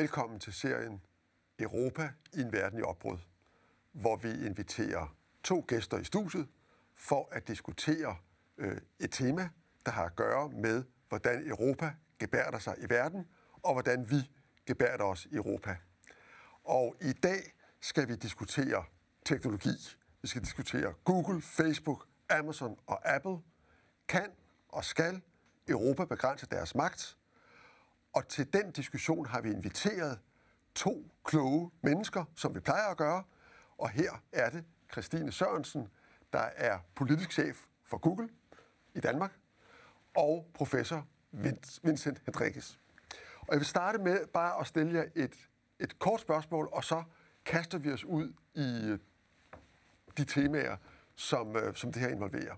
Velkommen til serien Europa i en verden i opbrud, hvor vi inviterer 2 gæster i studiet for at diskutere et tema, der har at gøre med, hvordan Europa gebærder sig i verden, og hvordan vi gebærder os i Europa. Og i dag skal vi diskutere teknologi. Vi skal diskutere Google, Facebook, Amazon og Apple. Kan og skal Europa begrænse deres magt? Og til den diskussion har vi inviteret 2 kloge mennesker, som vi plejer at gøre. Og her er det Christine Sørensen, der er politisk chef for Google i Danmark, og professor Vincent Hendrikx. Og jeg vil starte med bare at stille jer et kort spørgsmål, og så kaster vi os ud i de temaer, som det her involverer.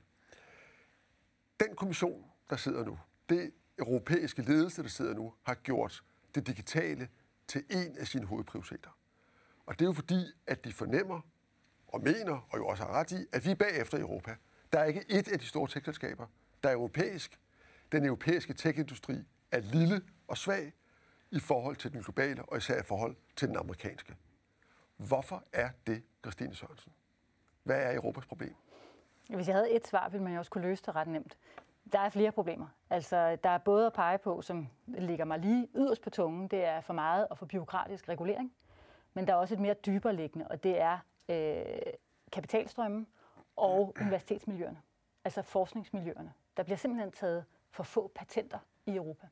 Den kommission, der sidder nu, det europæiske ledelse, der sidder nu, har gjort det digitale til en af sine hovedprioriteter. Og det er jo fordi, at de fornemmer og mener, og jo også har ret i, at vi er bagefter i Europa. Der er ikke et af de store tech-selskaber, der er europæisk. Den europæiske tech-industri er lille og svag i forhold til den globale, og især i forhold til den amerikanske. Hvorfor er det, Christine Sørensen? Hvad er Europas problem? Hvis jeg havde et svar, ville man jo også kunne løse det ret nemt. Der er flere problemer. Altså, der er både at pege på, som ligger mig lige yderst på tungen, det er for meget og for bureaukratisk regulering. Men der er også et mere dybere liggende, og det er kapitalstrømmen og universitetsmiljøerne, altså forskningsmiljøerne. Der bliver simpelthen taget for få patenter i Europa.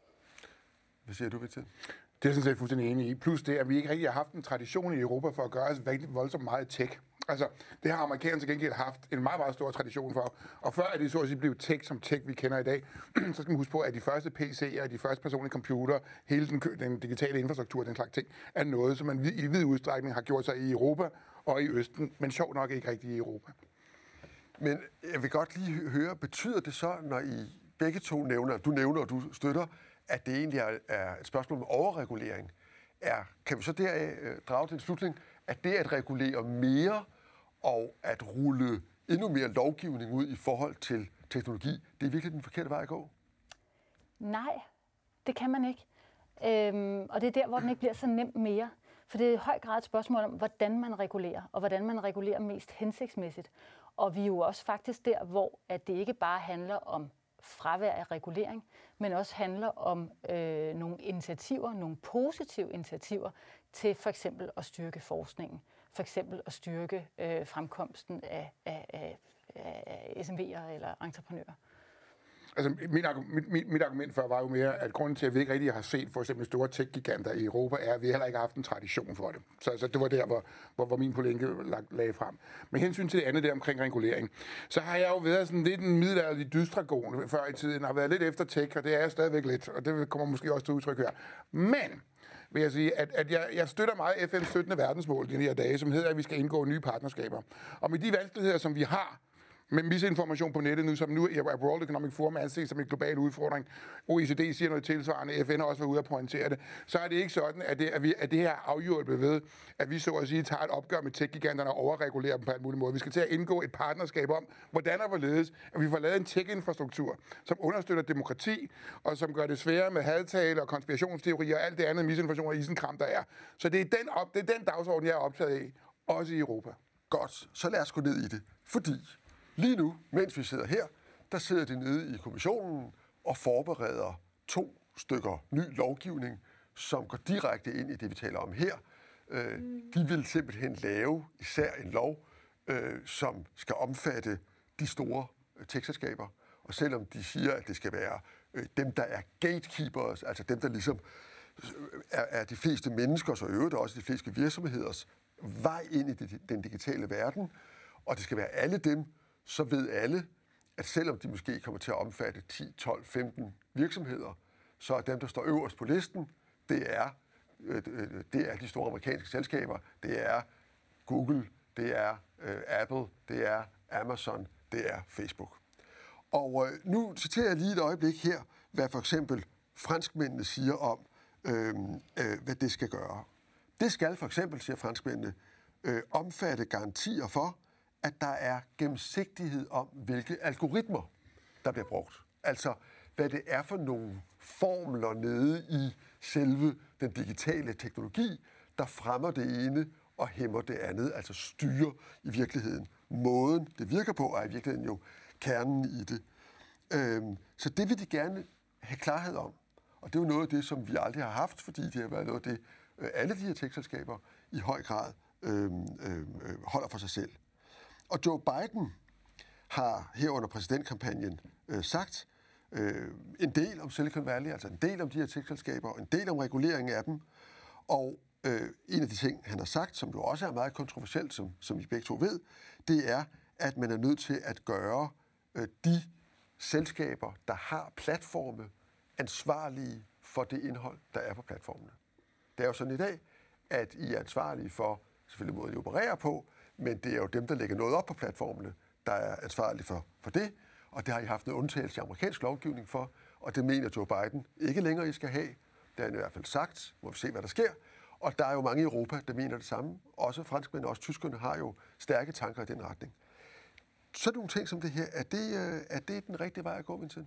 Hvad siger du, Vincent? Det er jeg sådan set fuldstændig enig i. Plus det, at vi ikke rigtig har haft en tradition i Europa for at gøre os voldsomt meget tech. Altså, det har amerikanerne til gengæld haft en meget, meget stor tradition for. Og før at det så at sige blev tech som tech, vi kender i dag, så skal man huske på, at de første PC'er, de første personlige computer, hele den digitale infrastruktur, den slags ting, er noget, som man i vid udstrækning har gjort sig i Europa og i Østen, men sjovt nok ikke rigtig i Europa. Men jeg vil godt lige høre, betyder det så, når I begge to nævner, du nævner og du støtter, at det egentlig er et spørgsmål om overregulering? Kan vi så deraf drage til en slutning, at det at regulere mere og at rulle endnu mere lovgivning ud i forhold til teknologi, det er virkelig den forkerte vej at gå? Nej, det kan man ikke. Og det er der, hvor den ikke bliver så nemt mere. For det er i høj grad et spørgsmål om, hvordan man regulerer, og hvordan man regulerer mest hensigtsmæssigt. Og vi er jo også faktisk der, hvor at det ikke bare handler om fravær af regulering, men også handler om nogle initiativer, nogle positive initiativer til for eksempel at styrke forskningen, for eksempel at styrke fremkomsten af SMV'er eller entreprenører. Altså, mit argument før var jo mere, at grunden til, at vi ikke rigtig har set for eksempel store tech-giganter i Europa, er, at vi heller ikke har haft en tradition for det. Så det var der, hvor min pointe lagde frem. Med hensyn til det andet der omkring regulering, så har jeg jo været sådan lidt en middelalderlig dystragon før i tiden, har været lidt efter tech, og det er jeg stadigvæk lidt, og det kommer måske også til udtryk her. Men vil jeg sige, at jeg støtter meget FN's 17. verdensmål de her dage, som hedder, at vi skal indgå nye partnerskaber. Og med de vanskeligheder, som vi har, med misinformation på nettet nu, som nu er World Economic Forum anses som en global udfordring. OECD siger noget tilsvarende, FN har også været ude at pointere det. Så er det ikke sådan, at det her er afhjulpet ved, at vi så at sige tager et opgør med tech-giganterne og overregulerer dem på en mulig måde. Vi skal til at indgå et partnerskab om, hvordan og hvorledes, at vi får lavet en tech-infrastruktur, som understøtter demokrati, og som gør det sværere med hadtale og konspirationsteorier og alt det andet misinformation og isenkram, der er. Så det er den dagsorden, jeg er optaget af, også i Europa. Godt, så lad os gå ned i det. Fordi lige nu, mens vi sidder her, der sidder de nede i kommissionen og forbereder 2 stykker ny lovgivning, som går direkte ind i det, vi taler om her. De vil simpelthen lave især en lov, som skal omfatte de store tech-selskaber. Og selvom de siger, at det skal være dem, der er gatekeepers, altså dem, der ligesom er de fleste menneskers og øvrigt også de fleste virksomheders vej ind i den digitale verden, og det skal være alle dem, så ved alle, at selvom de måske kommer til at omfatte 10, 12, 15 virksomheder, så er dem, der står øverst på listen, det er de store amerikanske selskaber, det er Google, det er Apple, det er Amazon, det er Facebook. Og nu citerer jeg lige et øjeblik her, hvad for eksempel franskmændene siger om, hvad det skal gøre. Det skal for eksempel, siger franskmændene, omfatte garantier for, at der er gennemsigtighed om, hvilke algoritmer, der bliver brugt. Altså, hvad det er for nogle formler nede i selve den digitale teknologi, der fremmer det ene og hæmmer det andet, altså styrer i virkeligheden måden, det virker på, er i virkeligheden jo kernen i det. Så det vil de gerne have klarhed om. Og det er jo noget af det, som vi aldrig har haft, fordi det har været noget af det, alle de her tech-selskaber i høj grad holder for sig selv. Og Joe Biden har her under præsidentkampagnen sagt en del om Silicon Valley, altså en del om de her tech-selskaber, en del om reguleringen af dem. Og en af de ting, han har sagt, som jo også er meget kontroversielt, som I begge to ved, det er, at man er nødt til at gøre de selskaber, der har platforme, ansvarlige for det indhold, der er på platformene. Det er jo sådan i dag, at I er ansvarlige for, selvfølgelig måden I opererer på, men det er jo dem, der lægger noget op på platformene, der er ansvarlige for det, og det har I haft en undtagelse i amerikansk lovgivning for, og det mener Joe Biden ikke længere, I skal have. Det har han i hvert fald sagt. Må vi se, hvad der sker. Og der er jo mange i Europa, der mener det samme. Også franskmænd og også tyskerne har jo stærke tanker i den retning. Så nogle ting som det her, er det den rigtige vej at gå, Vincent?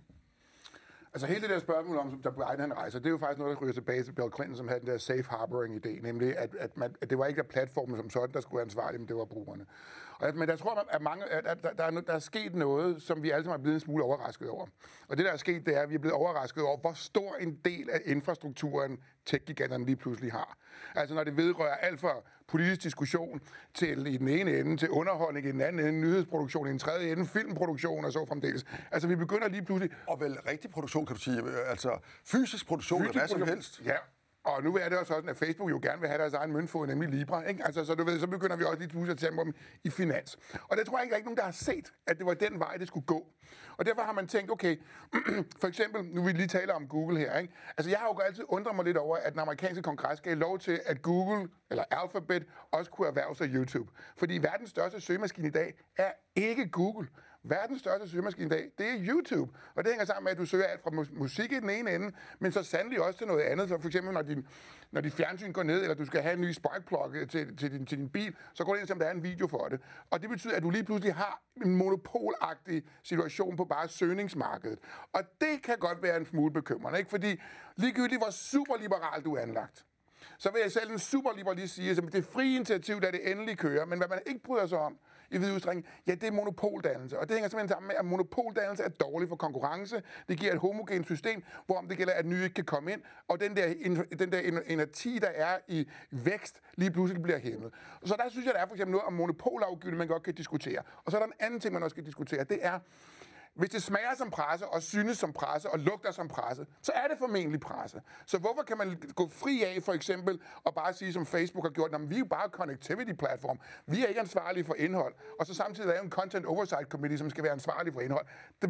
Altså hele det der spørgsmål om, som der Biden han rejser, det er jo faktisk noget, der ryger tilbage til Bill Clinton, som havde den der safe harboring-idé, nemlig at det var ikke der platformen som sådan, der skulle være ansvarlig, men det var brugerne. Men jeg tror, at der er sket noget, som vi alle sammen er blevet en smule overrasket over. Og det, der er sket, det er, at vi er blevet overrasket over, hvor stor en del af infrastrukturen tech-giganterne lige pludselig har. Altså når det vedrører alt fra politisk diskussion til i den ene ende, til underholdning i den anden ende, nyhedsproduktion i den tredje ende, filmproduktion og så fremdeles. Altså vi begynder lige pludselig... Og vel rigtig produktion, kan du sige, altså fysisk produktion eller hvad som helst. Ja. Og nu er det også sådan, at Facebook jo gerne vil have deres egen møntfod, nemlig Libra. Ikke? Altså, så du ved, så begynder vi også lige pludselig at tale om i finans. Og det tror jeg ikke nogen, der har set, at det var den vej, det skulle gå. Og derfor har man tænkt, okay, for eksempel, nu vil vi lige tale om Google her. Ikke? Altså, jeg har jo altid undret mig lidt over, at den amerikanske kongres gav lov til, at Google, eller Alphabet, også kunne erhverve sig YouTube. Fordi verdens største søgemaskine i dag er ikke Google. Verdens største søgemaskine i dag, det er YouTube. Og det hænger sammen med, at du søger alt fra musik i den ene ende, men så sandelig også til noget andet. Så for eksempel, når dit fjernsyn går ned, eller du skal have en ny sparkplug til din bil, så går det ind, som der er en video for det. Og det betyder, at du lige pludselig har en monopolagtig situation på bare søgningsmarkedet. Og det kan godt være en smule bekymrende, ikke? Fordi ligegyldigt hvor superliberal du er anlagt, så vil jeg selv en superliberalist sige, at det frie initiativ, der det endelig kører, men hvad man ikke bryder sig om i vid udstrækning, ja, det er monopoldannelse. Og det hænger simpelthen sammen med, at monopoldannelse er dårlig for konkurrence. Det giver et homogent system, hvorom det gælder, at nye ikke kan komme ind, og den der energi, der er i vækst, lige pludselig bliver hæmmet. Så der synes jeg, der er for eksempel noget om monopolafgivning, man godt kan diskutere. Og så er der en anden ting, man også kan diskutere. Det er, hvis det smager som presse, og synes som presse, og lugter som presse, så er det formentlig presse. Så hvorfor kan man gå fri af, for eksempel, og bare sige, som Facebook har gjort, at vi er jo bare connectivity-platform, vi er ikke ansvarlige for indhold, og så samtidig lave en Content Oversight Committee, som skal være ansvarlig for indhold.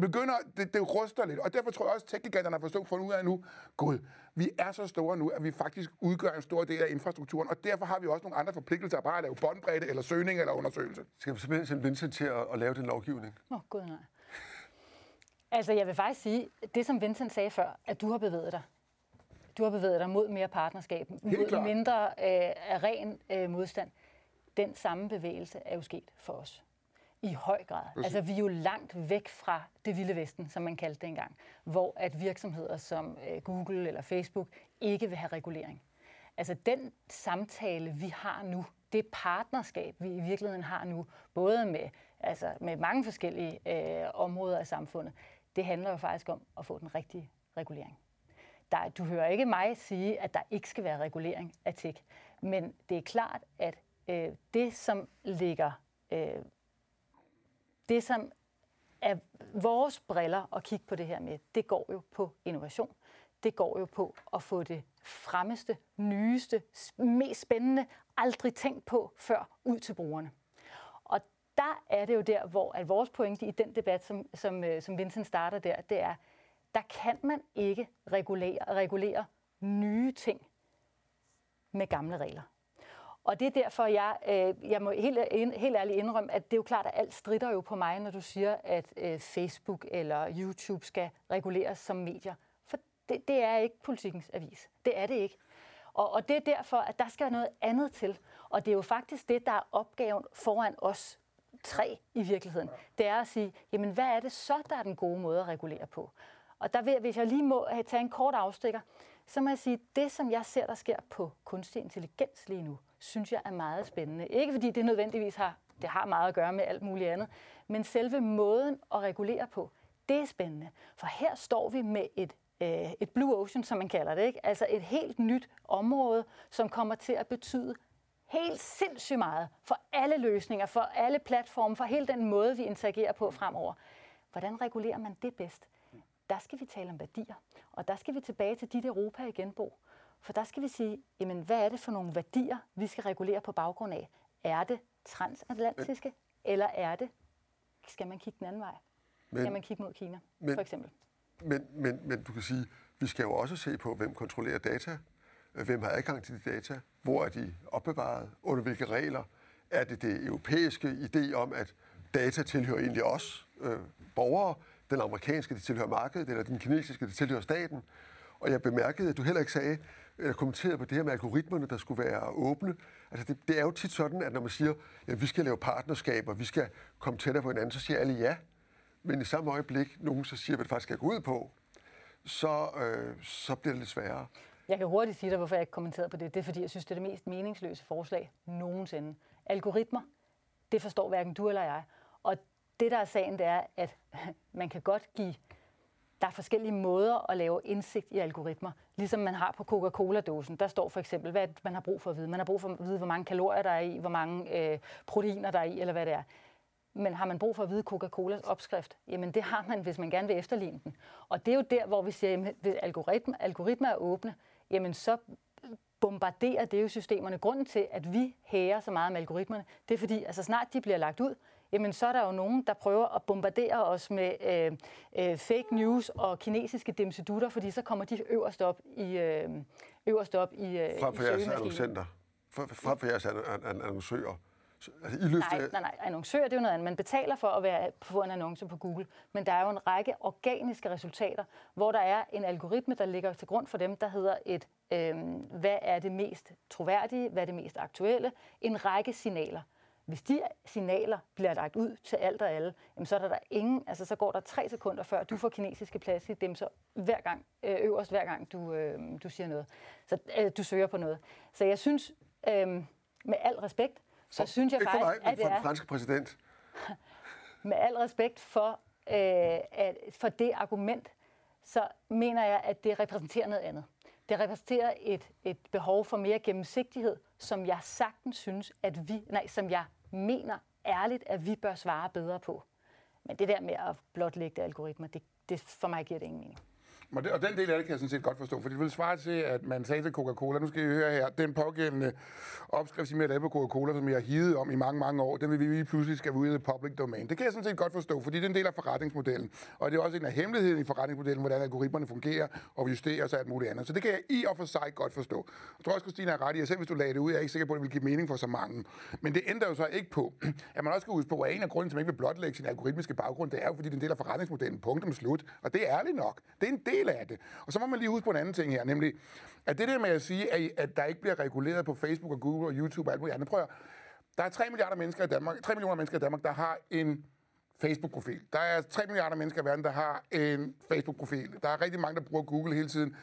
Det ruster lidt, og derfor tror jeg også, at tech-giganterne har fundet ud af nu, gud, vi er så store nu, at vi faktisk udgør en stor del af infrastrukturen, og derfor har vi også nogle andre forpligtelser, bare at lave båndbredde, eller søgning, eller undersøgelse. Skal vi simpelthen sende Vincent til at lave den lovgivning? Gud nej. Altså, jeg vil faktisk sige, det som Vincent sagde før, at du har bevæget dig. Du har bevæget dig mod mere partnerskab, mod mindre af ren modstand. Den samme bevægelse er jo sket for os. I høj grad. Altså, vi er jo langt væk fra det vilde vesten, som man kaldte det engang, hvor at virksomheder som Google eller Facebook ikke vil have regulering. Altså, den samtale, vi har nu, det partnerskab, vi i virkeligheden har nu, både med mange forskellige områder af samfundet, det handler jo faktisk om at få den rigtige regulering. Du hører ikke mig sige, at der ikke skal være regulering af tech, men det er klart, at det, som er vores briller at kigge på det her med, det går jo på innovation. Det går jo på at få det fremmeste, nyeste, mest spændende, aldrig tænkt på før ud til brugerne. Og der er det jo der, hvor at vores pointe i den debat, som Vincent starter der, det er, der kan man ikke regulere nye ting med gamle regler. Og det er derfor, jeg må helt ærligt indrømme, at det er jo klart, at alt stritter jo på mig, når du siger, at Facebook eller YouTube skal reguleres som medier. For det er ikke Politikens Avis. Det er det ikke. Og det er derfor, at der skal noget andet til. Og det er jo faktisk det, der er opgaven foran os tre i virkeligheden. Det er at sige, jamen hvad er det så, der er den gode måde at regulere på? Og der hvis jeg lige må tage en kort afstikker, så må jeg sige, at det, som jeg ser, der sker på kunstig intelligens lige nu, synes jeg er meget spændende. Ikke fordi det nødvendigvis har meget at gøre med alt muligt andet, men selve måden at regulere på, det er spændende. For her står vi med et blue ocean, som man kalder det, ikke? Altså et helt nyt område, som kommer til at betyde helt sindssygt meget for alle løsninger, for alle platforme, for hele den måde, vi interagerer på fremover. Hvordan regulerer man det bedst? Der skal vi tale om værdier, og der skal vi tilbage til dit Europa igen, Bo. For der skal vi sige, jamen, hvad er det for nogle værdier, vi skal regulere på baggrund af? Er det transatlantiske, eller skal man kigge den anden vej? Skal man kigge mod Kina, for eksempel? Men du kan sige, vi skal jo også se på, hvem kontrollerer data, hvem har adgang til de data, hvor er de opbevaret, under hvilke regler, er det europæiske idé om, at data tilhører egentlig os, borgere, den amerikanske, det tilhører markedet, eller den kinesiske, det tilhører staten. Og jeg bemærkede, at du heller ikke sagde, eller kommenterede på det her med algoritmerne, der skulle være åbne. Altså det er jo tit sådan, at når man siger, at vi skal lave partnerskaber, vi skal komme tættere på hinanden, så siger alle ja. Men i samme øjeblik, nogen så siger, hvad det faktisk skal gå ud på, så bliver det lidt sværere. Jeg kan hurtigt sige dig, hvorfor jeg ikke kommenterede på det. Det er, fordi jeg synes, det er det mest meningsløse forslag nogensinde. Algoritmer, det forstår hverken du eller jeg. Og det, der er sagen, det er, at man kan godt give... Der er forskellige måder at lave indsigt i algoritmer, ligesom man har på Coca-Cola-dåsen. Der står for eksempel, hvad man har brug for at vide. Man har brug for at vide, hvor mange kalorier der er i, hvor mange proteiner der er i, eller hvad det er. Men har man brug for at vide Coca-Colas opskrift? Jamen det har man, hvis man gerne vil efterligne den. Og det er jo der, hvor vi siger, at hvis algoritmer er åbne, jamen så bombarderer det jo systemerne. Grunden til, at vi hæger så meget med algoritmerne, det er fordi, altså snart de bliver lagt ud, jamen så er der jo nogen, der prøver at bombardere os med fake news og kinesiske dimsedutter, fordi så kommer de øverst op i frem for jeres annoncenter, frem for jeres annoncører. Altså, nej, annoncører, det er jo noget andet. Man betaler for at få en annonce på Google, men der er jo en række organiske resultater, hvor der er en algoritme, der ligger til grund for dem, der hedder hvad er det mest troværdige, hvad er det mest aktuelle, en række signaler. Hvis de signaler bliver lagt ud til alt og alle, jamen så er der ingen, altså så går der 3 sekunder før du får kinesiske plads i dem, så øverst hver gang du siger noget. Så du søger på noget. Så jeg synes, med al respekt, så synes jeg faktisk, at det er... den franske præsident. Med al respekt for det argument, så mener jeg, at det repræsenterer noget andet. Det repræsenterer et behov for mere gennemsigtighed, som jeg sagtens synes, som jeg mener ærligt, at vi bør svare bedre på. Men det der med at blotlægge algoritmer, det for mig giver det ingen mening. Og den del af det kan jeg sådan set godt forstå, for det vil svare til, at man sagde til Coca-Cola, nu skal I høre her, den pågældende opskrift, som jeg lavede på Coca-Cola, som jeg har higet om i mange, mange år, den vil vi pludselig skal ud i public domain. Det kan jeg sådan set godt forstå, fordi det er en del af forretningsmodellen. Og det er også en af hemmeligheden i forretningsmodellen, hvordan algoritmerne fungerer og justeres og alt muligt andet. Så det kan jeg i og for sig godt forstå. Jeg tror også, Christina er ret i, at selv hvis du lagde det ud, jeg er ikke sikker på, at det vil give mening for så mange. Men det ændrer jo så ikke på, at man også skal huske på, at en af grunden til, at man ikke vil blotlægge sin algoritmiske baggrund, det er jo, fordi det er en del af forretningsmodellen. Punktum slut. Og det er ærligt nok. Det er en del af det. Og så må man lige huske på en anden ting her, nemlig, at det der med at sige, at der ikke bliver reguleret på Facebook og Google og YouTube og alt muligt andet. Prøv at, der er 3 millioner mennesker i Danmark, der har en Facebook-profil. Der er 3 milliarder mennesker i verden, der har en Facebook-profil. Der er rigtig mange, der bruger Google hele tiden.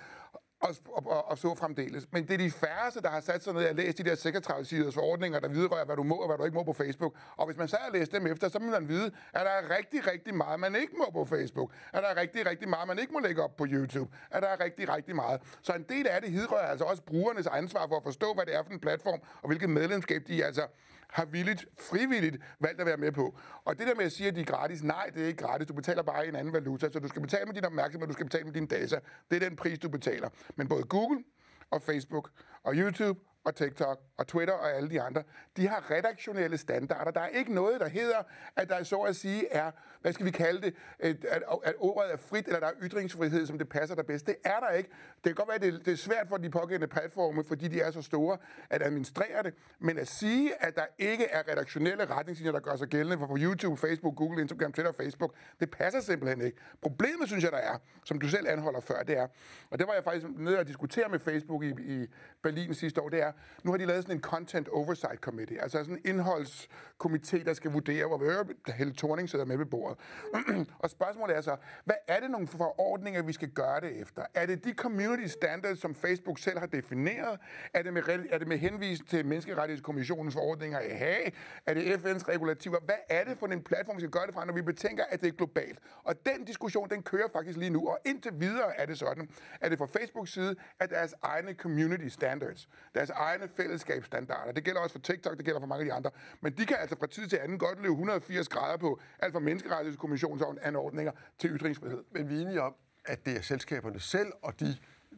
Og så fremdeles. Men det er de færreste, der har sat sig ned og læst de der 36-siders forordninger, der vedrører, hvad du må og hvad du ikke må på Facebook. Og hvis man så har læst dem efter, så må man vide, at der er rigtig, rigtig meget, man ikke må på Facebook. At der er rigtig, rigtig meget, man ikke må lægge op på YouTube. At der er rigtig, rigtig meget. Så en del af det hidrører altså også brugernes ansvar for at forstå, hvad det er for en platform, og hvilket medlemskab de altså har frivilligt valgt at være med på. Og det der med at sige, at de er gratis, nej, det er ikke gratis. Du betaler bare i en anden valuta, så du skal betale med din opmærksomhed, du skal betale med dine data. Det er den pris, du betaler. Men både Google og Facebook og YouTube og TikTok og Twitter og alle de andre, de har redaktionelle standarder. Der er ikke noget, der hedder, at der så at sige er, hvad skal vi kalde det, at ordet er frit, eller der er ytringsfrihed, som det passer der bedst. Det er der ikke. Det kan godt være, at det er svært for de pågældende platforme, fordi de er så store, at administrere det. Men at sige, at der ikke er redaktionelle retningslinjer, der gør sig gældende for YouTube, Facebook, Google, Instagram, Twitter og Facebook, det passer simpelthen ikke. Problemet, synes jeg, der er, som du selv anholder før, det er, og det var jeg faktisk nede og diskutere med Facebook i Berlin sidste år, det er, nu har de lavet sådan en Content Oversight Committee, altså sådan en indholdskomité, der skal vurdere, hvor Helle Thorning sidder med ved bordet. Og spørgsmålet er så, hvad er det nogle forordninger, vi skal gøre det efter? Er det de community standards, som Facebook selv har defineret? Er det med henvisning til Menneskerettighedskommissionens forordninger i Haag? Er det FN's regulativer? Hvad er det for en platform, vi skal gøre det fra, når vi betænker, at det er globalt? Og den diskussion, den kører faktisk lige nu, og indtil videre er det sådan, at det fra Facebooks side er deres egne community standards, deres egne fællesskabsstandarder. Det gælder også for TikTok, det gælder for mange af de andre. Men de kan altså fra tid til anden godt løbe 180 grader på alt fra Menneskerettighedskommissionens anordninger til ytringsfrihed. Men vi er enige om, at det er selskaberne selv og de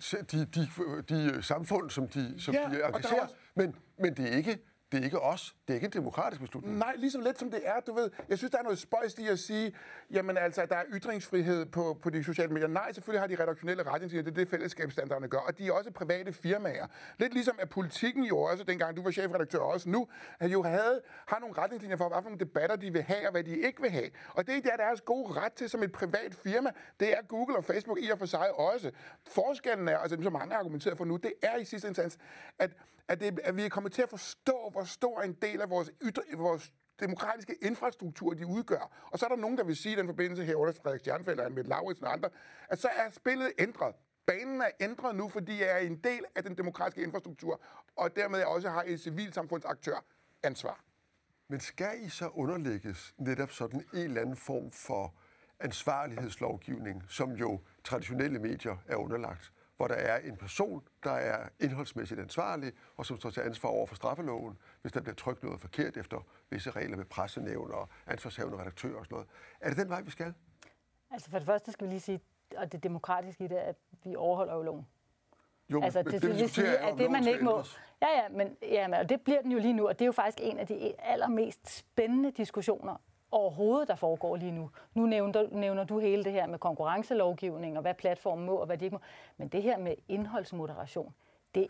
samfund, som de engagerer. Men det er ikke os. Det er ikke en demokratisk beslutning. Nej, lige så let som det er, du ved. Jeg synes, der er noget spøjst i at sige, jamen altså, der er ytringsfrihed på de sociale medier. Nej, selvfølgelig har de redaktionelle retningslinjer, det er det fællesskabsstandarderne gør, og de er også private firmaer. Lidt ligesom at politikken jo også, dengang du var chefredaktør også nu, har nogle retningslinjer for, hvad for nogle debatter de vil have, og hvad de ikke vil have. Og det er deres gode ret til som et privat firma. Det er Google og Facebook i og for sig også. Forskellen er, altså som mange argumenterer for nu, det er i sidste instans, at vi er kommet til at forstå, hvor stor en del af vores demokratiske infrastruktur, de udgør. Og så er der nogen, der vil sige i den forbindelse her, Frederik Stjernfeldt og Mette Lauritsen og andre, at så er spillet ændret. Banen er ændret nu, fordi jeg er en del af den demokratiske infrastruktur, og dermed jeg også har et civilsamfundsaktør ansvar. Men skal I så underlægges netop sådan en eller anden form for ansvarlighedslovgivning, som jo traditionelle medier er underlagt, hvor der er en person, der er indholdsmæssigt ansvarlig, og som står til ansvar over for straffeloven, hvis der bliver trykt noget forkert efter visse regler med pressenævn og ansvarshavende redaktører og sådan noget. Er det den vej, vi skal? Altså for det første skal vi lige sige, og det demokratiske i det, at vi overholder jo loven. Jo, altså, det vil sige, at det man ikke må... Men det bliver den jo lige nu, og det er jo faktisk en af de allermest spændende diskussioner overhovedet, der foregår lige nu. Nu nævner du hele det her med konkurrencelovgivning, og hvad platformen må, og hvad de ikke må. Men det her med indholdsmoderation, det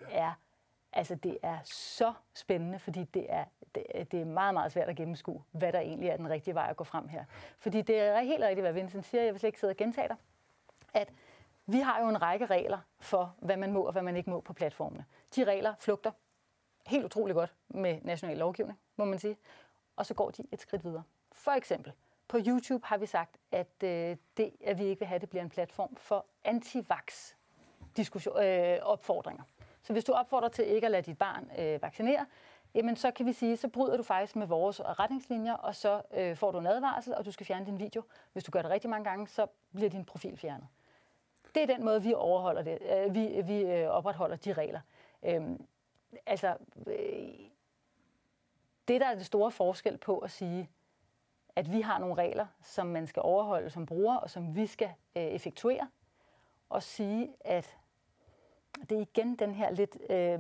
er så spændende, fordi det er meget, meget svært at gennemskue, hvad der egentlig er den rigtige vej at gå frem her. Fordi det er helt rigtigt, hvad Vincent siger, jeg vil slet ikke sidde og gentage dig, at vi har jo en række regler for, hvad man må og hvad man ikke må på platformene. De regler flugter helt utroligt godt med national lovgivning, må man sige, og så går de et skridt videre. For eksempel, på YouTube har vi sagt, at at vi ikke vil have, det bliver en platform for anti-vax opfordringer. Så hvis du opfordrer til ikke at lade dit barn vaccinere, jamen så kan vi sige, så bryder du faktisk med vores retningslinjer, og så får du en advarsel, og du skal fjerne din video. Hvis du gør det rigtig mange gange, så bliver din profil fjernet. Det er den måde, vi overholder det. Vi opretholder de regler. Det, der er det store forskel på at sige, at vi har nogle regler, som man skal overholde som bruger, og som vi skal effektuere, og sige, at det er igen den her lidt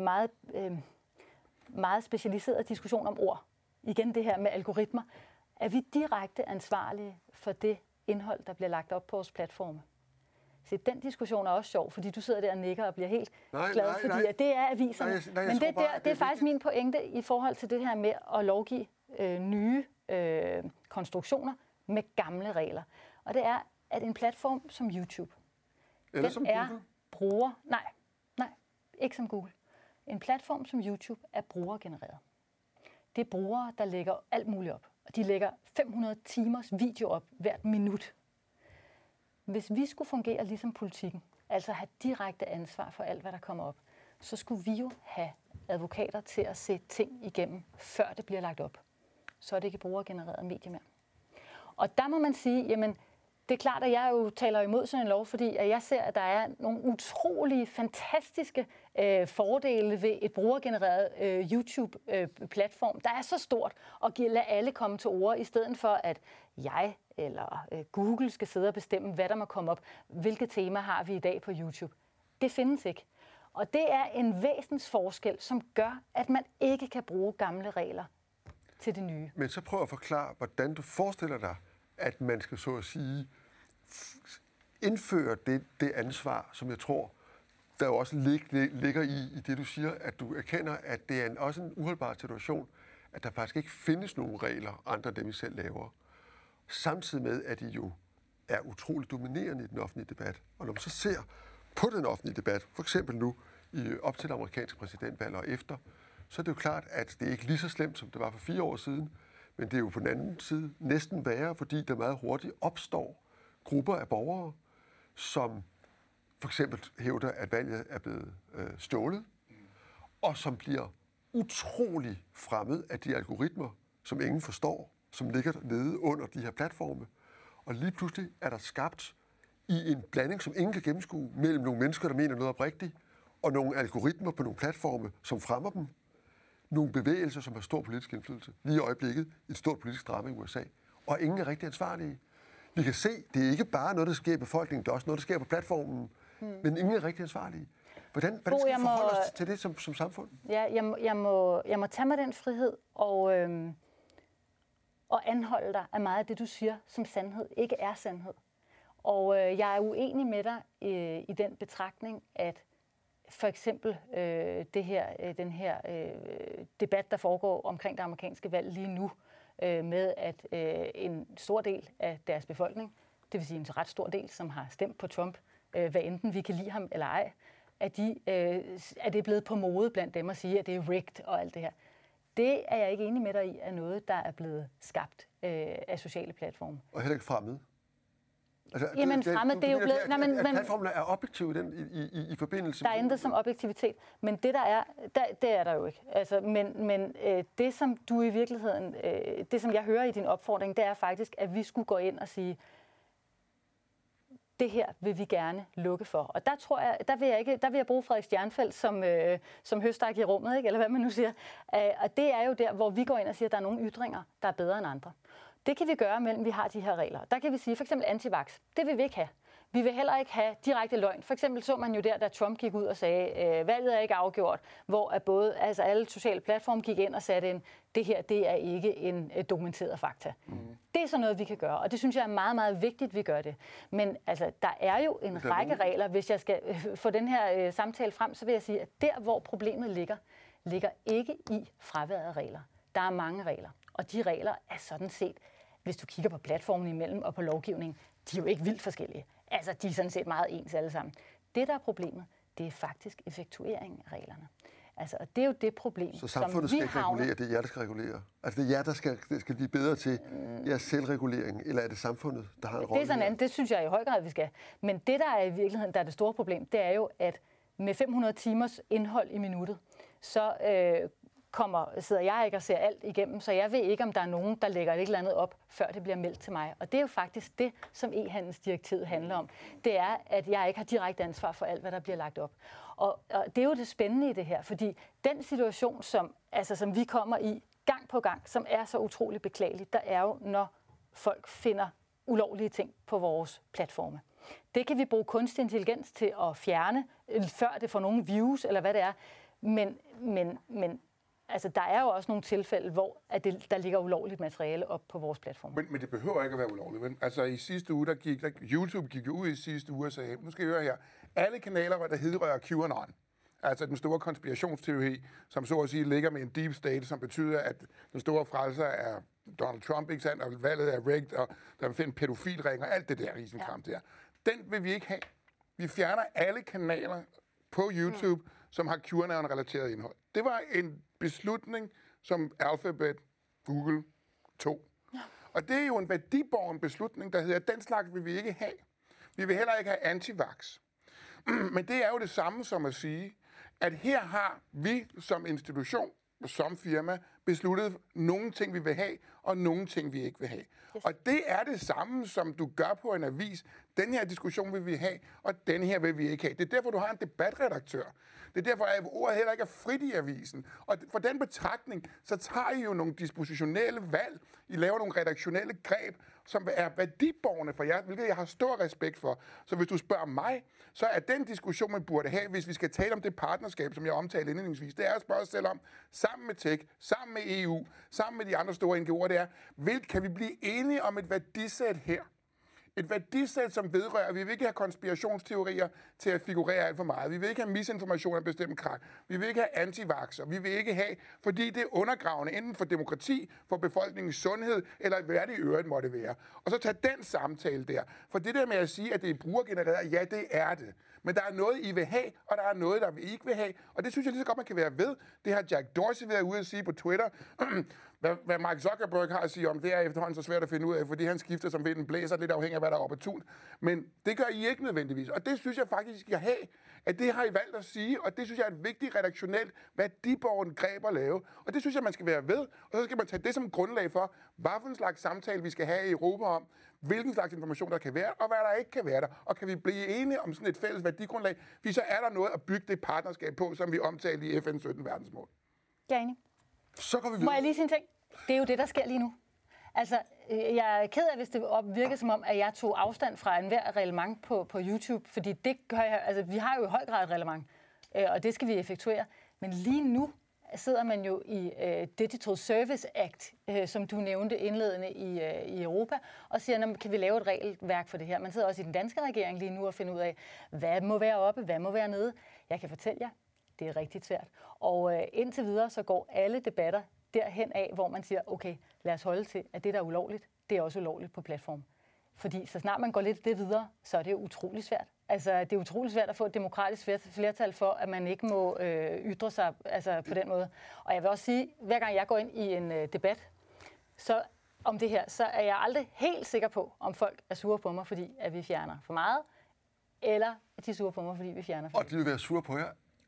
meget specialiserede diskussion om ord. Igen det her med algoritmer. Er vi direkte ansvarlige for det indhold, der bliver lagt op på vores platforme? Så den diskussion er også sjov, fordi du sidder der og nikker og bliver helt glad, fordi at det er aviserne. Men det er faktisk min pointe i forhold til det her med at lovgive nye konstruktioner med gamle regler. Og det er, at en platform som YouTube, eller som Google? Nej, ikke som Google. En platform som YouTube er brugergenereret. Det er brugere, der lægger alt muligt op. Og de lægger 500 timers video op hvert minut. Hvis vi skulle fungere ligesom politikken, altså have direkte ansvar for alt, hvad der kommer op, så skulle vi jo have advokater til at se ting igennem, før det bliver lagt op. Så er det ikke brugergenereret medie mere. Og der må man sige, jamen, det er klart, at jeg jo taler imod sådan en lov, fordi at jeg ser, at der er nogle utrolige, fantastiske fordele ved et brugergenereret YouTube-platform, der er så stort, og lade alle komme til ord, i stedet for at jeg eller Google skal sidde og bestemme, hvad der må komme op. Hvilke temaer har vi i dag på YouTube? Det findes ikke. Og det er en væsensforskel, som gør, at man ikke kan bruge gamle regler til det nye. Men så prøv at forklare, hvordan du forestiller dig, at man skal så at sige indføre det ansvar, som jeg tror, der jo også ligger i det, du siger, at du erkender, at det er også en uholdbar situation, at der faktisk ikke findes nogen regler, andre end dem, vi selv laver. Samtidig med, at de jo er utroligt dominerende i den offentlige debat. Og når man så ser på den offentlige debat, for eksempel nu op til det amerikanske præsidentvalg og efter, så er det jo klart, at det er ikke lige så slemt, som det var for 4 år siden, men det er jo på den anden side næsten værre, fordi der meget hurtigt opstår grupper af borgere, som for eksempel hævder, at valget er blevet stjålet, og som bliver utrolig fremmed af de algoritmer, som ingen forstår, som ligger nede under de her platforme. Og lige pludselig er der skabt i en blanding, som ingen kan gennemskue, mellem nogle mennesker, der mener noget oprigtigt, og nogle algoritmer på nogle platforme, som fremmer dem. Nogle bevægelser, som har stor politisk indflydelse. Lige i øjeblikket et stort politisk drama i USA. Og ingen er rigtig ansvarlige. Vi kan se, det er ikke bare noget, der sker i befolkningen, det er også noget, der sker på platformen. Men ingen er rigtig ansvarlige. Hvordan skal vi forholde os til det som samfund? Ja, jeg må tage mig den frihed og anholde dig af meget af det, du siger som sandhed, ikke er sandhed. Og jeg er uenig med dig i den betragtning, at for eksempel den her debat, der foregår omkring det amerikanske valg lige nu, med at en stor del af deres befolkning, det vil sige en ret stor del, som har stemt på Trump, hvad enten vi kan lide ham eller ej, at det er blevet på mode blandt dem at sige, at det er rigged og alt det her. Det er jeg ikke enig med dig i, er noget, der er blevet skabt af sociale platforme. Og heller ikke fremmed? Altså, Jamen fremmed, det er jo blevet... At platformene er objektive i forbindelse med... Der er intet som objektivitet, men det der er, det er der jo ikke. Altså, men det, som du i virkeligheden... det, som jeg hører i din opfordring, det er faktisk, at vi skulle gå ind og sige, det her vil vi gerne lukke for. Og der tror jeg, der vil jeg bruge Frederik Stjernfeldt som høstak i rummet, ikke? Eller hvad man nu siger. Og det er jo der, hvor vi går ind og siger, at der er nogle ytringer, der er bedre end andre. Det kan vi gøre, mellem vi har de her regler. Der kan vi sige, for eksempel antivax. Det vil vi ikke have. Vi vil heller ikke have direkte løgn. For eksempel så man jo der, da Trump gik ud og sagde, valget er ikke afgjort, hvor alle sociale platforme gik ind og satte ind, det her, det er ikke en dokumenteret fakta. Det er sådan noget, vi kan gøre, og det synes jeg er meget, meget vigtigt, at vi gør det. Men altså, der er jo en række regler. Hvis jeg skal få den her samtale frem, så vil jeg sige, at der, hvor problemet ligger ikke i fraværet af regler. Der er mange regler, og de regler er sådan set, hvis du kigger på platformen imellem og på lovgivningen, de er jo ikke vildt forskellige. Altså, de er sådan set meget ens alle sammen. Det, der er problemet, det er faktisk effektueringen af reglerne. Altså, og det er jo det problem, så samfundet skal ikke regulere, det er jer, der skal regulere? Altså, det er jer, der skal blive bedre til jeres selvregulering, eller er det samfundet, der har en rolle? Det er sådan andet, det synes jeg i høj grad, vi skal. Men det, der er i virkeligheden, der er det store problem, det er jo, at med 500 timers indhold i minuttet, så sidder jeg ikke og ser alt igennem, så jeg ved ikke, om der er nogen, der lægger et eller andet op, før det bliver meldt til mig. Og det er jo faktisk det, som e-handelsdirektivet handler om. Det er, at jeg ikke har direkte ansvar for alt, hvad der bliver lagt op. Og det er jo det spændende i det her, fordi den situation, som vi kommer i gang på gang, som er så utrolig beklageligt, der er jo, når folk finder ulovlige ting på vores platforme. Det kan vi bruge kunstig intelligens til at fjerne, før det får nogen views, eller hvad det er. Men altså, der er jo også nogle tilfælde, hvor der ligger ulovligt materiale op på vores platform. Men det behøver ikke at være ulovligt. Men altså, i sidste uge, YouTube gik jo ud i sidste uge og sagde, nu skal I høre her, alle kanaler, der hedrører QAnon, altså den store konspirationsteori, som så at sige ligger med en deep state, som betyder, at den store frelser er Donald Trump, ikke sandt, og valget er rigged, og der vil finde pædofilring og alt det der risenkram der. Den vil vi ikke have. Vi fjerner alle kanaler på YouTube, som har QAnon-relateret indhold. Det var en beslutning, som Alphabet, Google tog. Ja. Og det er jo en værdibåren beslutning, der hedder, at den slags vil vi ikke have. Vi vil heller ikke have antivax. Men det er jo det samme som at sige, at her har vi som institution, som firma, besluttet nogle ting, vi vil have, og nogle ting, vi ikke vil have. Yes. Og det er det samme, som du gør på en avis. Den her diskussion vil vi have, og den her vil vi ikke have. Det er derfor, du har en debatredaktør. Det er derfor, at ordet heller ikke er frit i avisen. Og for den betragtning, så tager I jo nogle dispositionelle valg. I laver nogle redaktionelle greb, som er værdibårne for jer, hvilket jeg har stor respekt for. Så hvis du spørger mig, så er den diskussion, man burde have, hvis vi skal tale om det partnerskab, som jeg omtalte indledningsvis, det er at spørge os selv om, sammen med Tech, sammen med EU, sammen med de andre store NGO'er, det er, kan vi blive enige om et værdisæt her? Et værdisæt, som vedrører, vi vil ikke have konspirationsteorier til at figurere alt for meget. Vi vil ikke have misinformation af bestemt krak. Vi vil ikke have antivaxer. Vi vil ikke have, fordi det er undergravende, enten for demokrati, for befolkningens sundhed, eller hvad det i øvrigt måtte være. Og så tage den samtale der. For det der med at sige, at det er brugergenereret, ja, det er det. Men der er noget, I vil have, og der er noget, der vi ikke vil have. Og det synes jeg lige så godt, man kan være ved. Det har Jack Dorsey været ude at sige på Twitter. Hvad Mark Zuckerberg har at sige om, det er efterhånden så svært at finde ud af, fordi han skifter som vinden blæser, lidt afhængig af, hvad der er oppe tun. Men det gør I ikke nødvendigvis. Og det synes jeg faktisk, I skal have, at det har I valgt at sige, og det synes jeg er et vigtigt redaktionelt værdiborgen greb at lave. Og det synes jeg, man skal være ved, og så skal man tage det som grundlag for, hvad for en slags samtale vi skal have i Europa om, hvilken slags information der kan være, og hvad der ikke kan være der. Og kan vi blive enige om sådan et fælles værdigrundlag, fordi så er der noget at bygge det partnerskab på, som vi omtalte i FN's 17 verdensmål. Jeg er enig. Så går vi videre. Må jeg lige sige en ting? Det er jo det, der sker lige nu. Altså, jeg er ked af, hvis det virker som om, at jeg tog afstand fra enhver reglement på YouTube, fordi det gør jeg, altså, vi har jo i høj grad et reglement, og det skal vi effektuere. Men lige nu sidder man jo i Digital Service Act, som du nævnte indledende i Europa, og siger, kan vi lave et regelværk for det her? Man sidder også i den danske regering lige nu og finder ud af, hvad må være oppe, hvad må være nede. Jeg kan fortælle jer, det er rigtig svært. Og indtil videre, så går alle debatter derhen af, hvor man siger, okay, lad os holde til, at det, der er ulovligt, det er også ulovligt på platform. Fordi så snart man går lidt det videre, så er det utrolig svært. Altså, det er utrolig svært at få et demokratisk flertal for, at man ikke må ytre sig altså, på den måde. Og jeg vil også sige, hver gang jeg går ind i en debat så om det her, så er jeg aldrig helt sikker på, om folk er sure på mig, fordi at vi fjerner for meget, eller at de er sure på mig, fordi vi fjerner for meget. Og de vil være sure på jer.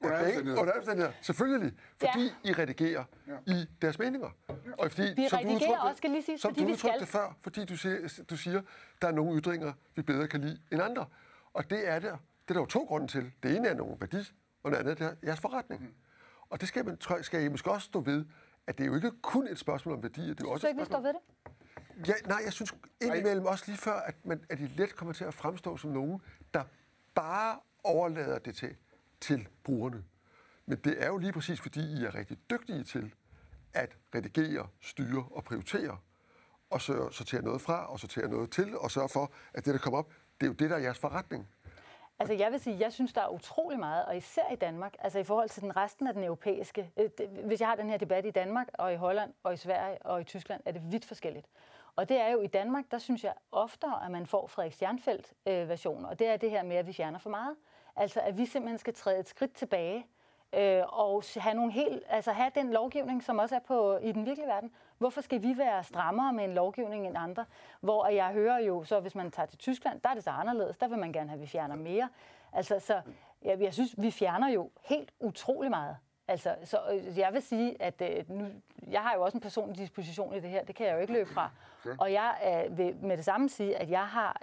Selvfølgelig, fordi I redigerer i deres meninger. Og fordi, vi redigerer også, skal lige sige, som fordi du vi skal. Det før, fordi du siger, der er nogle ytringer, vi bedre kan lide end andre. Og det er der jo to grunde til. Det ene er nogle værdi, og det andet er jeres forretning. Og det skal I måske også stå ved, at det er jo ikke kun et spørgsmål om værdier. Det er også ikke, vi står ved det? Ja, nej, jeg synes indimellem også lige før, at I let kommer til at fremstå som nogen, der bare overlader det til brugerne. Men det er jo lige præcis, fordi I er rigtig dygtige til at redigere, styre og prioritere, og sortere noget fra, og sortere noget til, og sørge for, at det, der kommer op, det er jo det, der er jeres forretning. Altså jeg vil sige, jeg synes, der er utrolig meget, og især i Danmark, altså i forhold til den resten af den europæiske, hvis jeg har den her debat i Danmark, og i Holland, og i Sverige, og i Tyskland, er det vidt forskelligt. Og det er jo i Danmark, der synes jeg oftere, at man får Frederik Stjernfeldt-versioner, og det er det her med, at vi fjerner for meget. Altså at vi simpelthen skal træde et skridt tilbage, og have den lovgivning, som også er i den virkelige verden. Hvorfor skal vi være strammere med en lovgivning end andre? Hvor jeg hører jo, så hvis man tager til Tyskland, der er det så anderledes. Der vil man gerne have, at vi fjerner mere. Altså, så jeg synes, vi fjerner jo helt utrolig meget. Altså, så jeg vil sige, at nu, jeg har jo også en personlig disposition i det her. Det kan jeg jo ikke løbe fra. Og jeg vil med det samme sige, at jeg har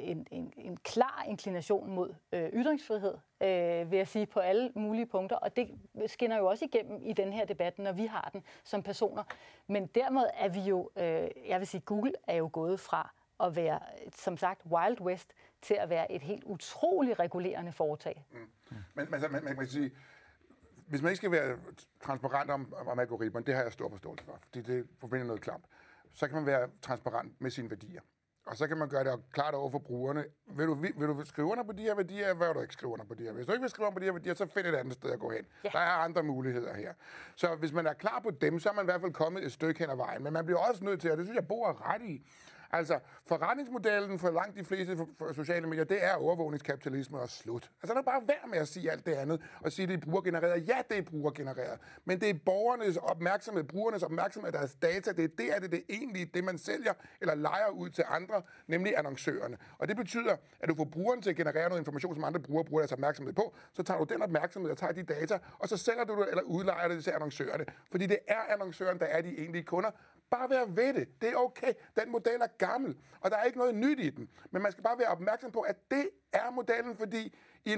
en klar inklination mod ytringsfrihed, vil jeg sige, på alle mulige punkter. Og det skinner jo også igennem i den her debat, når vi har den som personer. Men dermed er vi jo, jeg vil sige, Google er jo gået fra at være, som sagt, Wild West, til at være et helt utroligt regulerende foretag. Men man kan sige, hvis man ikke skal være transparent om algoritmen, det har jeg stor forståelse for, fordi det forbinder noget klamp, så kan man være transparent med sine værdier. Og så kan man gøre det klart over for brugerne. Vil du skrive under på de her værdier, hvad vil du ikke skrive under på de her? Hvis du ikke vil skrive under på de her værdier, så find et andet sted at gå hen. Ja. Der er andre muligheder her. Så hvis man er klar på dem, så er man i hvert fald kommet et stykke hen ad vejen. Men man bliver også nødt til, og det synes jeg, Bo er ret i, altså, forretningsmodellen for langt de fleste sociale medier, det er overvågningskapitalisme og slut. Altså, der er bare værd med at sige alt det andet, og sige, at det er brugergenereret. Ja, det er brugergenereret. Men det er borgernes opmærksomhed, brugernes opmærksomhed af deres data, det er det egentlige, det man sælger eller lejer ud til andre, nemlig annoncørerne. Og det betyder, at du får brugeren til at generere noget information, som andre brugere bruger deres opmærksomhed på, så tager du den opmærksomhed og tager de data, og så sælger du det eller udlejer det til annoncørerne. Fordi det er annoncøren, der er de egentlige kunder. Bare være ved det. Det er okay. Den model er gammel, og der er ikke noget nyt i den. Men man skal bare være opmærksom på, at det er modellen, fordi i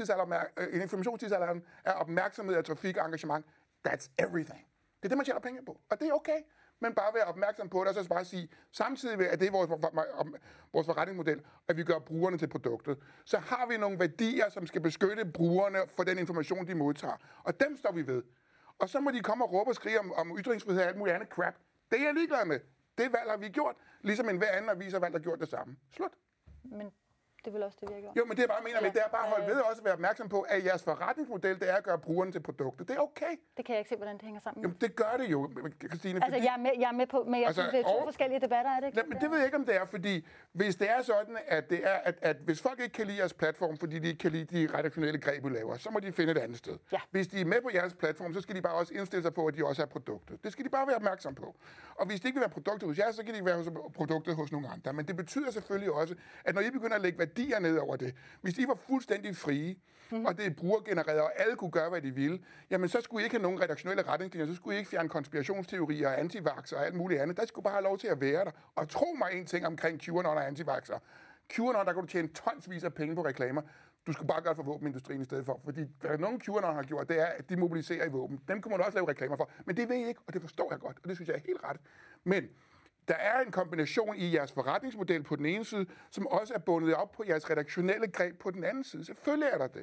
informationstidsalderen er opmærksomhed og trafik og engagement, that's everything. Det er det, man tjener penge på, og det er okay. Men bare være opmærksom på det, og så bare sige, samtidig med, at det er vores forretningsmodel, at vi gør brugerne til produktet, så har vi nogle værdier, som skal beskytte brugerne for den information, de modtager. Og dem står vi ved. Og så må de komme og råbe og skrige om ytringsfrihed og alt muligt andet crap. Det er jeg ligeglad med. Det valg har vi gjort, ligesom enhver anden avis har valgt at gjort det samme. Slut. Men det er vel også det, vi har gjort. Jo, men det jeg bare mener med, det er bare at holde ved også at være opmærksom på, at jeres forretningsmodel, det er at gøre brugeren til produktet. Det er okay. Det kan jeg ikke se, hvordan det hænger sammen. Jamen, det gør det jo, Christine. Altså, jeg er med på, men jeg synes, det er to forskellige debatter, er det ikke? Men det ved jeg ikke, om det er, fordi hvis det er sådan, at det er, at hvis folk ikke kan lide jeres platform, fordi de ikke kan lide de redaktionelle greb, I laver, så må de finde et andet sted. Ja. Hvis de er med på jeres platform, så skal de bare også indstille sig på, at de også er produktet. Det skal de bare være opmærksom på. Og hvis de ikke vil være produktet hos jer, så kan de være produktet hos nogle andre. Men det betyder selvfølgelig også, at når I begynder at lægge værdier ned over det, hvis I var fuldstændig frie, og det er brugergenereret, og alle kunne gøre, hvad de ville, jamen så skulle I ikke have nogen redaktionelle retningslinjer, så skulle I ikke fjerne konspirationsteorier og antivaxer og alt muligt andet. Der skulle bare have lov til at være der. Og tro mig en ting omkring QAnon og antivaxer. QAnon, der kan du tjene tonsvis af penge på reklamer. Du skulle bare gøre det for våbenindustrien i stedet for. Fordi hvad nogen QAnon har gjort, det er, at de mobiliserer i våben. Dem kunne man også lave reklamer for. Men det ved I ikke, og det forstår jeg godt, og det synes jeg er helt ret. Men der er en kombination i jeres forretningsmodel på den ene side, som også er bundet op på jeres redaktionelle greb på den anden side. Selvfølgelig er der det.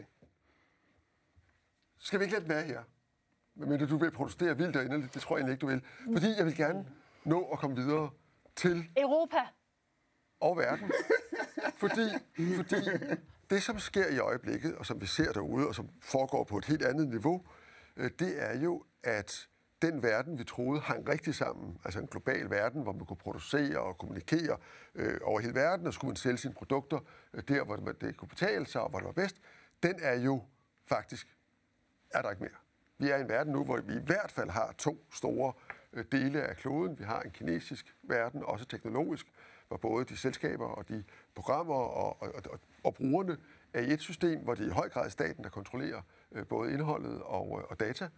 Skal vi ikke lidt med her? Men du vil protestere vildt og inderligt, det tror jeg ikke, du vil. Fordi jeg vil gerne nå at komme videre til Europa og verden. fordi det, som sker i øjeblikket, og som vi ser derude, og som foregår på et helt andet niveau, det er jo, at den verden, vi troede, hang rigtig sammen, altså en global verden, hvor man kunne producere og kommunikere over hele verden, og så kunne man sælge sine produkter der, hvor det kunne betale sig, og hvor det var bedst, den er jo faktisk, er der ikke mere. Vi er i en verden nu, hvor vi i hvert fald har to store dele af kloden. Vi har en kinesisk verden, også teknologisk, hvor både de selskaber og de programmer og brugerne er i et system, hvor det i høj grad er staten, der kontrollerer både indholdet og data.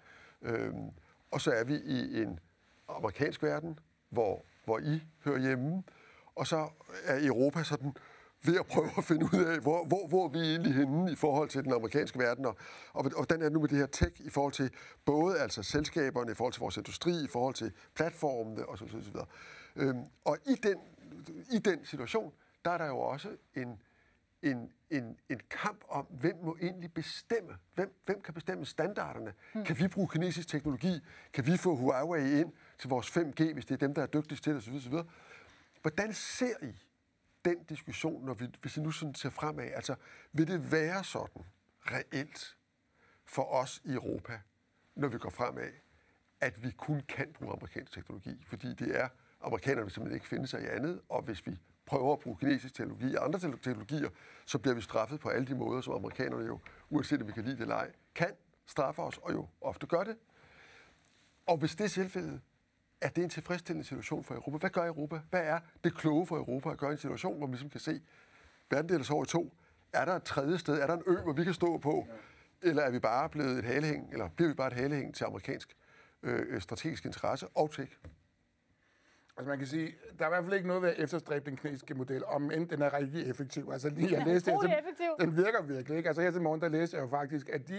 Og så er vi i en amerikansk verden, hvor I hører hjemme, og så er Europa sådan ved at prøve at finde ud af, hvor vi er egentlig henne i forhold til den amerikanske verden, og hvordan er det nu med det her tech i forhold til både altså selskaberne, i forhold til vores industri, i forhold til platformene osv. Og i den situation, der er der jo også en kamp om, hvem må egentlig bestemme? Hvem kan bestemme standarderne? Kan vi bruge kinesisk teknologi? Kan vi få Huawei ind til vores 5G, hvis det er dem, der er dygtigst til det, osv.? Hvordan ser I den diskussion, hvis I nu sådan ser fremad? Altså, vil det være sådan reelt for os i Europa, når vi går fremad, at vi kun kan bruge amerikansk teknologi? Fordi det er amerikanerne simpelthen ikke finde sig i andet, og hvis vi prøver at bruge kinesisk teknologi og andre teknologier, så bliver vi straffet på alle de måder, som amerikanerne jo, uanset om vi kan lide det eller ej, kan straffe os, og jo ofte gør det. Og hvis det er tilfældet, er det en tilfredsstillende situation for Europa? Hvad gør Europa? Hvad er det kloge for Europa at gøre i en situation, hvor man ligesom kan se, verden deles over i to? Er der et tredje sted? Er der en ø, hvor vi kan stå på? Eller er vi bare blevet et halehæng? Eller bliver vi bare et halehæng til amerikansk strategisk interesse og tech? Altså man kan sige, der er i hvert fald ikke noget ved at efterstræbe den kinesiske model, om end den er rigtig effektiv. Altså jeg læste, den virker virkelig, ikke? Altså her til morgen, der læste jeg jo faktisk, at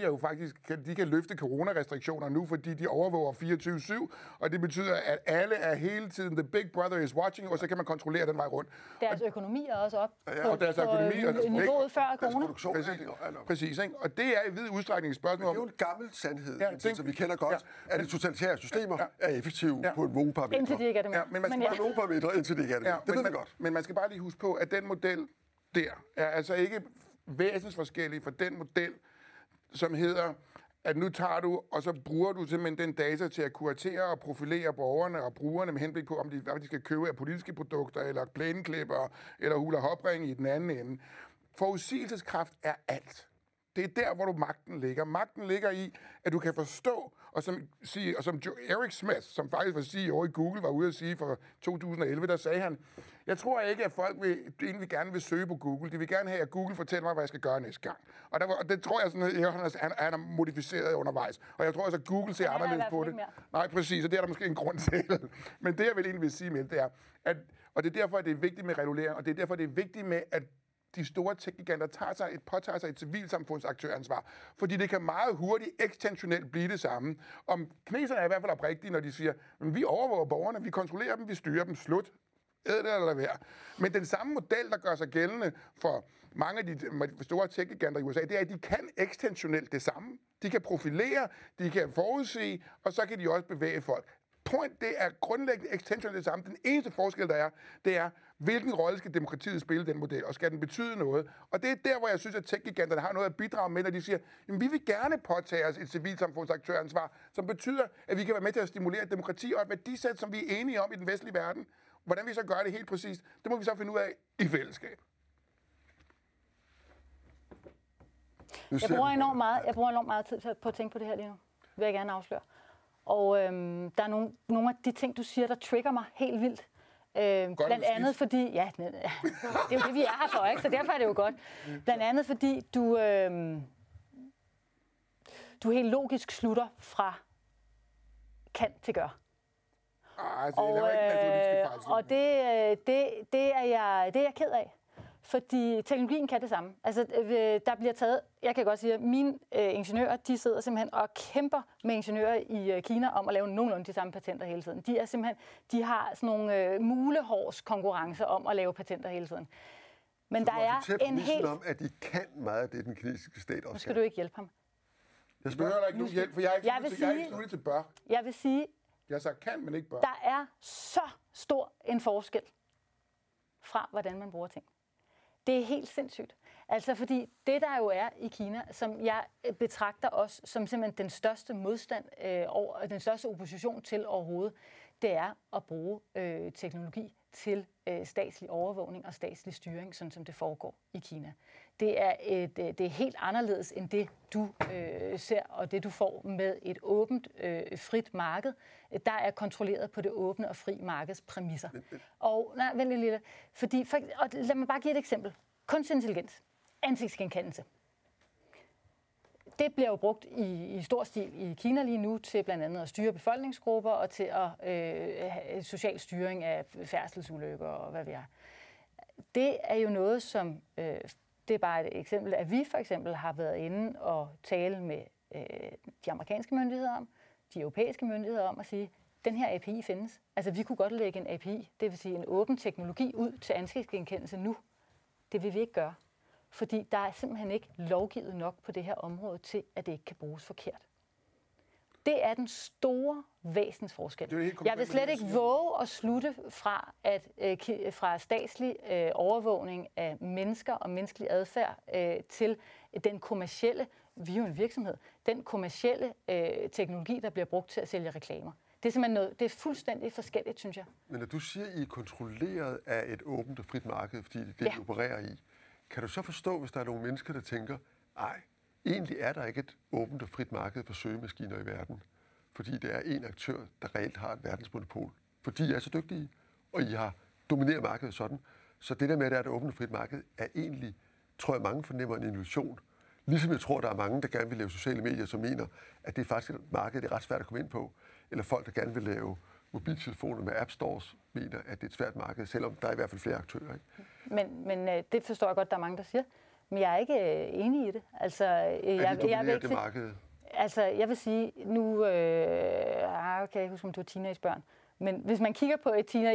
de kan løfte coronarestriktioner nu, fordi de overvåger 24/7, og det betyder, at alle er hele tiden, the big brother is watching, og så kan man kontrollere den vej rundt. Deres økonomi er også op og deres økonomi på niveauet før corona. Præcis, ikke? Og det er i vid udstrækning et spørgsmål om... Det er jo en gammel sandhed, som vi kender godt, at de totalitære systemer er effektive på nogle parametre. Indtil de ikke er det med. Men nogle parametre, indtil det ikke er det. Det ved vi godt. Men man skal bare lige huske på, at den model der er altså ikke væsensforskellig fra den model, som hedder, at nu tager du, og så bruger du simpelthen den data til at kuratere og profilere borgerne og brugerne med henblik på, om de skal købe af politiske produkter, eller plæneklipper, eller hula-hopring i den anden ende. Forudsigelseskraft er alt. Det er der, hvor magten ligger. Magten ligger i, at du kan forstå, og som Eric Schmidt, som faktisk var CEO i Google, var ude at sige for 2011, der sagde han, jeg tror ikke, at folk egentlig gerne vil søge på Google. De vil gerne have, at Google fortæller mig, hvad jeg skal gøre næste gang. Og det tror jeg, sådan, han har modificeret undervejs. Og jeg tror også, at Google ser anderledes på det. Nej, præcis, og det er der måske en grund til. Men det, jeg vil egentlig sige med det er, og det er derfor, at det er vigtigt med regulering, og det er derfor, det er vigtigt med, at de store tech-giganter påtager sig et civilsamfundsaktøransvar, fordi det kan meget hurtigt ekstensionelt blive det samme. Om kineserne er i hvert fald oprigtige, når de siger, men vi overvåger borgerne, vi kontrollerer dem, vi styrer dem, slut, æd det eller være. Men den samme model, der gør sig gældende for mange af de store tech-giganter i USA, det er, at de kan ekstensionelt det samme. De kan profilere, de kan forudse, og så kan de også bevæge folk. tror, det er grundlæggende extension det samme. Den eneste forskel, der er, det er, hvilken rolle skal demokratiet spille den model, og skal den betyde noget? Og det er der, hvor jeg synes, at tech-giganterne har noget at bidrage med, når de siger, jamen, vi vil gerne påtage os et civilsamfundsaktøransvar, som betyder, at vi kan være med til at stimulere demokrati og et værdisæt, som vi er enige om i den vestlige verden. Hvordan vi så gør det helt præcist, det må vi så finde ud af i fællesskab. Jeg bruger enormt meget tid på at tænke på det her lige nu. Det vil jeg gerne afsløre. Og der er nogle af de ting, du siger, der trigger mig helt vildt. Blandt andet fordi, det er jo det, vi er her for, ikke? Så derfor er det jo godt. Blandt andet fordi du helt logisk slutter fra kan til gør. Og det er jeg ked af. Fordi teknologien kan det samme. Altså, der bliver taget, jeg kan godt sige, at mine ingeniører, de sidder simpelthen og kæmper med ingeniører i Kina om at lave nogenlunde de samme patenter hele tiden. De har sådan nogle mulehårskonkurrencer om at lave patenter hele tiden. Men der er en helt... om, at de kan meget af det, den kinesiske stat også kan. Nu skal du ikke hjælpe ham. Jeg behøver ikke nogen hjælp, for jeg er ikke sluttet til bør. Jeg vil sige... Jeg sagde kan, men ikke bør. Der er så stor en forskel fra, hvordan man bruger ting. Det er helt sindssygt. Altså fordi det, der jo er i Kina, som jeg betragter også som simpelthen den største modstand og den største opposition til overhovedet, det er at bruge teknologi til statslig overvågning og statslig styring, sådan som det foregår i Kina. Det er helt anderledes end det, du ser, og det, du får med et åbent, frit marked, der er kontrolleret på det åbne og fri markeds præmisser. Og vent lidt. Og lad mig bare give et eksempel. Kunstig intelligens. Ansigtsgenkendelse. Det bliver jo brugt i stor stil i Kina lige nu til blandt andet at styre befolkningsgrupper og til at social styring af færdselsulykker og hvad vi er. Det er jo noget, som... det er bare et eksempel, at vi for eksempel har været inde og tale med de amerikanske myndigheder om, de europæiske myndigheder om at sige, den her API findes. Altså vi kunne godt lægge en API, det vil sige en åben teknologi ud til ansigtsgenkendelse nu. Det vil vi ikke gøre. Fordi der er simpelthen ikke lovgivet nok på det her område til, at det ikke kan bruges forkert. Det er den store væsensforskel. Jeg vil slet ikke våge at slutte fra statslig overvågning af mennesker og menneskelig adfærd til den kommercielle, vi er jo en virksomhed, den kommercielle teknologi, der bliver brugt til at sælge reklamer. Det er simpelthen noget, det er fuldstændig forskelligt, synes jeg. Men når du siger, at I er kontrolleret af et åbent og frit marked, fordi det er det, I opererer i, kan du så forstå, hvis der er nogle mennesker, der tænker, egentlig er der ikke et åbent og frit marked for søgemaskiner i verden, fordi det er en aktør, der reelt har et verdensmonopol. Fordi I er så dygtige, og I har domineret markedet sådan. Så det der med, at der er et åbent og frit marked, er egentlig, tror jeg, mange fornemmer en illusion. Ligesom jeg tror, der er mange, der gerne vil lave sociale medier, som mener, at det er faktisk et marked, det er ret svært at komme ind på. Eller folk, der gerne vil lave mobiltelefoner med app stores, mener, at det er et svært marked, selvom der er i hvert fald flere aktører. Ikke? Men det forstår jeg godt, der er mange, der siger. Men jeg er ikke enig i det. Altså, jeg vil ikke det marked? Altså, jeg vil sige, nu kan jeg ikke huske, om du er teenagebørn. Men hvis man kigger på et teenager,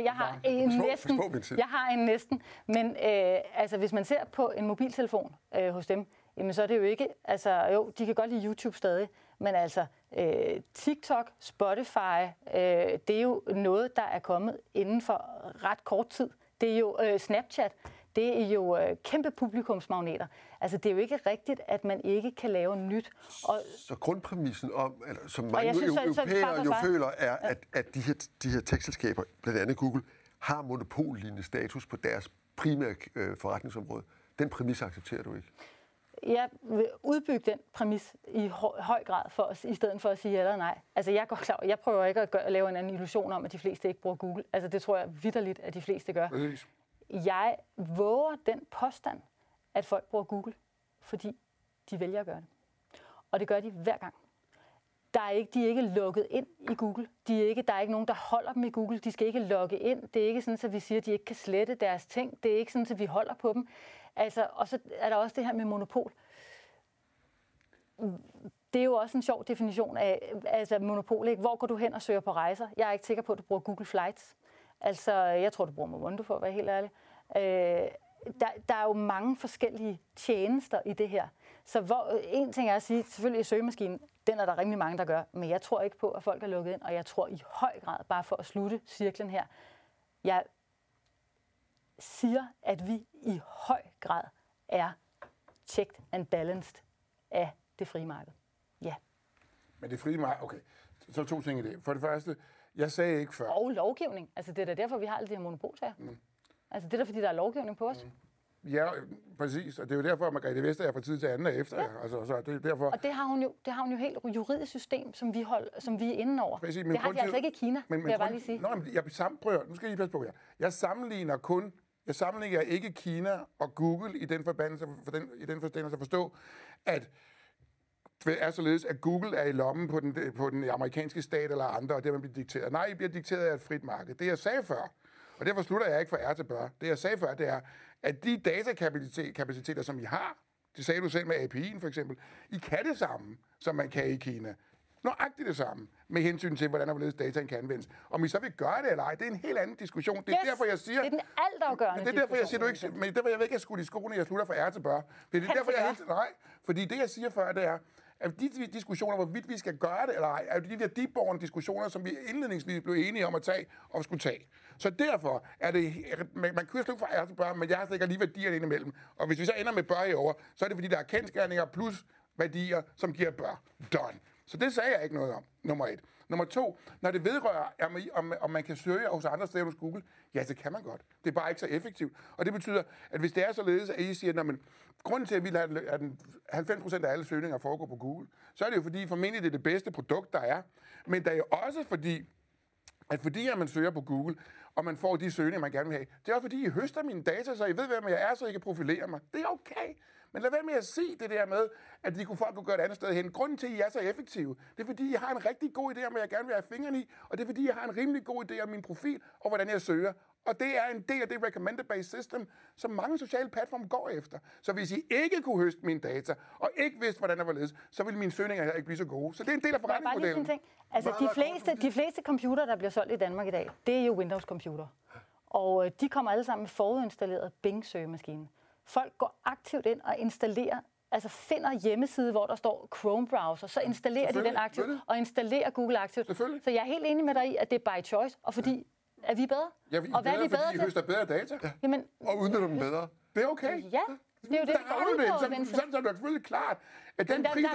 jeg har en næsten, men altså, hvis man ser på en mobiltelefon hos dem, jamen, så er det jo ikke, altså jo, de kan godt lide YouTube stadig, men altså TikTok, Spotify, det er jo noget, der er kommet inden for ret kort tid. Det er jo Snapchat. Det er jo kæmpe publikumsmagneter. Altså, det er jo ikke rigtigt, at man ikke kan lave nyt. Så grundpræmissen om, eller som mange europæere jo føler, er, at de her tech-selskaber, blandt andet Google, har monopollignende status på deres primære forretningsområde. Den præmis accepterer du ikke? Jeg vil udbygge den præmis i høj grad, i stedet for at sige ja eller nej. Altså, jeg er godt klar, jeg prøver ikke at lave en anden illusion om, at de fleste ikke bruger Google. Altså, det tror jeg vitterligt, at de fleste gør. Jeg våger den påstand, at folk bruger Google, fordi de vælger at gøre det. Og det gør de hver gang. De er ikke logget ind i Google. Der er ikke nogen, der holder dem i Google. De skal ikke logge ind. Det er ikke sådan, at vi siger, at de ikke kan slette deres ting. Det er ikke sådan, at vi holder på dem. Altså, og så er der også det her med monopol. Det er jo også en sjov definition af monopol. Ikke? Hvor går du hen og søger på rejser? Jeg er ikke sikker på, at du bruger Google Flights. Altså, jeg tror, du bruger Momondo for at være helt ærlig. Der er jo mange forskellige tjenester i det her. Så en ting er at sige, selvfølgelig er søgemaskinen Den er der rimelig mange, der gør. Men jeg tror ikke på, at folk er lukket ind, og jeg tror i høj grad, bare for at slutte cirklen her, jeg siger, at vi i høj grad er checked and balanced af det frie marked. Ja. Men det frie marked, okay. Så 2 ting i det. For det første, jeg sagde ikke før. Og lovgivning. Altså, det er da derfor, vi har alle de her monopolsager. Altså, det er da, fordi der er lovgivning på os. Ja, præcis. Og det er jo derfor, at Margrethe Vestager fra tid til anden er efter. Ja. Altså, så det er derfor. Og det har hun jo helt juridisk system, som vi er inde over. Præcis, det har de altså ikke i Kina, vil jeg bare lige sige. Nu skal I lige passe på her. Jeg sammenligner ikke Kina og Google i den forbindelse at forstå, at det er således, at Google er i lommen på den amerikanske stat eller andre, og det man bliver dikteret. Nej, I bliver dikteret af et frit marked. Det jeg sagde før, og derfor slutter jeg ikke fra til bør. Det jeg sagde før, det er, at de datakapaciteter, som I har, det sagde du selv med API'en for eksempel, I kan det samme, som man kan i Kina. Nøjagtigt det samme, med hensyn til, hvordan og hvorledes dataen kan anvendes. Om I så vil gøre det eller ej, det er en helt anden diskussion. Det er derfor, jeg siger... det er den altafgørende diskussion. Det er derfor, jeg siger, du ikke... Men derfor, jeg vil ikke have skudt i skoene, jeg slutter fra til bør. Det er derfor, jeg helt... Nej, fordi det, jeg siger før, det er, at de diskussioner, hvorvidt vi skal gøre det eller ej, er de der dybborgende diskussioner, som vi indledningsvis blev enige om at tage og skulle tage. Så derfor er det... Man kører slet fra til bør, men jeg har ikke lige værdierne indimellem. Og hvis vi så ender med bør i over, så er det fordi, der er kendsgerninger plus værdier, som giver bør. Done. Så det sagde jeg ikke noget om, nummer 1. Nummer 2, når det vedrører, om man kan søge hos andre steder hos Google, ja, det kan man godt. Det er bare ikke så effektivt. Og det betyder, at hvis det er således, at I siger, at grunden til, at vi lader at 90% af alle søgninger foregår på Google, så er det jo fordi, formentlig det er det bedste produkt, der er. Men det er jo også fordi, at man søger på Google, og man får de søgninger, man gerne vil have, det er også fordi, I høster mine data, så I ved, hvem jeg er, så I kan profilere mig. Det er okay. Men lad være med at sige det der med, at folk kunne gøre det andet sted hen. Grunden til, at I er så effektive, det er fordi, jeg har en rigtig god idé om, hvad jeg gerne vil have fingrene i, og det er fordi, jeg har en rimelig god idé om min profil, og hvordan jeg søger. Og det er en del af det recommender-based system, som mange sociale platforme går efter. Så hvis I ikke kunne høste mine data, og ikke vidste, hvordan jeg var ledes, så ville mine søgninger ikke blive så gode. Så det er en del af forretningsmodellen. Altså, de fleste computere, der bliver solgt i Danmark i dag, det er jo Windows-computere. Og de kommer alle sammen med forudinstalleret Bing-søgemaskine. Folk går aktivt ind og installerer, altså finder hjemmeside, hvor der står Chrome-browser, så installerer de den aktivt, og installerer Google aktivt. Så jeg er helt enig med dig i, at det er by choice, og fordi er vi bedre? Ja, og hvad er vi bedre til? I høster bedre data. Ja. Jamen, og udnytter dem bedre. Det er okay. Ja, det er jo det, vi går ud på, Vincent. Sådan er det selvfølgelig klart, at den pris,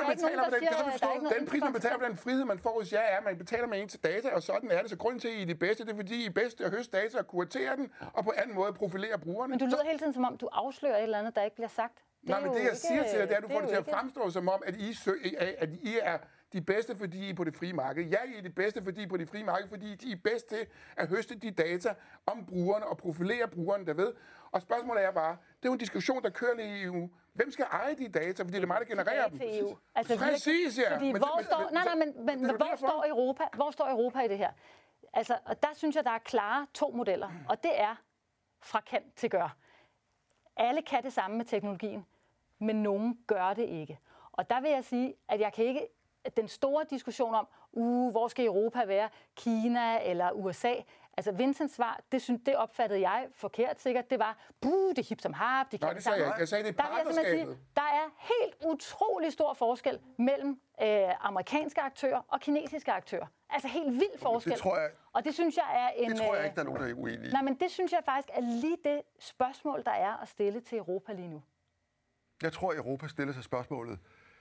man betaler for den frihed, man får hos jer, er, at man betaler med ens data, og sådan er det. Så grunden til, at I er de bedste, det er fordi, I er bedst til at høste data og kuratere den, og på anden måde profilere brugerne. Men du lyder hele tiden, som om du afslører et eller andet, der ikke bliver sagt. Nej, men det jeg siger til dig, det er, at du får det til at fremstå som om, at I er de bedste, fordi I er på det frie marked. Ja, I er det bedste, fordi I er på det frie marked, fordi I er bedst til at høste de data om brugerne og profilere brugerne derved. Og spørgsmålet er bare, det er jo en diskussion, der kører i EU. Hvem skal eje de data, fordi det er mig, der genererer dem? Altså, præcis, ja. Fordi hvor står Europa i det her? Altså, og der synes jeg, der er klare 2 modeller, og det er fra kan til gør. Alle kan det samme med teknologien, men nogen gør det ikke. Og der vil jeg sige, at jeg kan ikke... Den store diskussion om, hvor skal Europa være, Kina eller USA? Altså Vincents svar, det opfattede jeg forkert sikkert. Det var, det er hip som harp, de kan det samme. Jeg sagde, det er partnerskabet. Der er helt utrolig stor forskel mellem amerikanske aktører og kinesiske aktører. Altså helt vild forskel. Og det synes jeg er en... Det tror jeg ikke, der er nogen, der er uenige i. Nej, men det synes jeg faktisk er lige det spørgsmål, der er at stille til Europa lige nu. Jeg tror, Europa stiller sig spørgsmålet.